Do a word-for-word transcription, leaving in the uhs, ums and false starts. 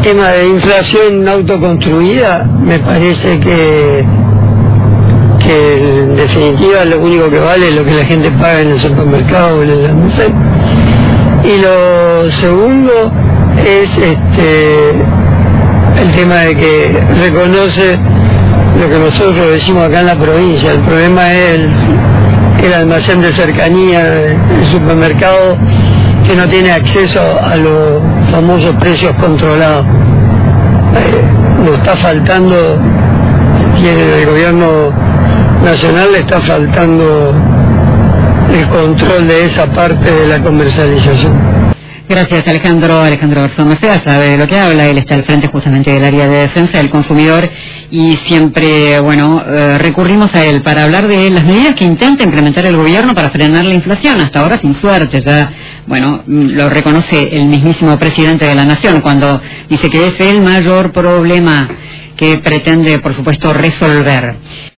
tema de inflación autoconstruida, me parece que, que en definitiva lo único que vale es lo que la gente paga en el supermercado o en el almacén. Y lo segundo es este el tema de que reconoce lo que nosotros decimos acá en la provincia. El problema es el, el almacén de cercanía, el supermercado que no tiene acceso a los famosos precios controlados. Eh, nos está faltando, tiene el gobierno nacional le está faltando el control de esa parte de la comercialización. Gracias, Alejandro. Alejandro Garzón Macea sabe de lo que habla. Él está al frente justamente del área de defensa del consumidor y siempre, bueno, eh, recurrimos a él para hablar de las medidas que intenta implementar el gobierno para frenar la inflación. Hasta ahora sin suerte, ya, bueno, lo reconoce el mismísimo presidente de la Nación cuando dice que es el mayor problema que pretende, por supuesto, resolver.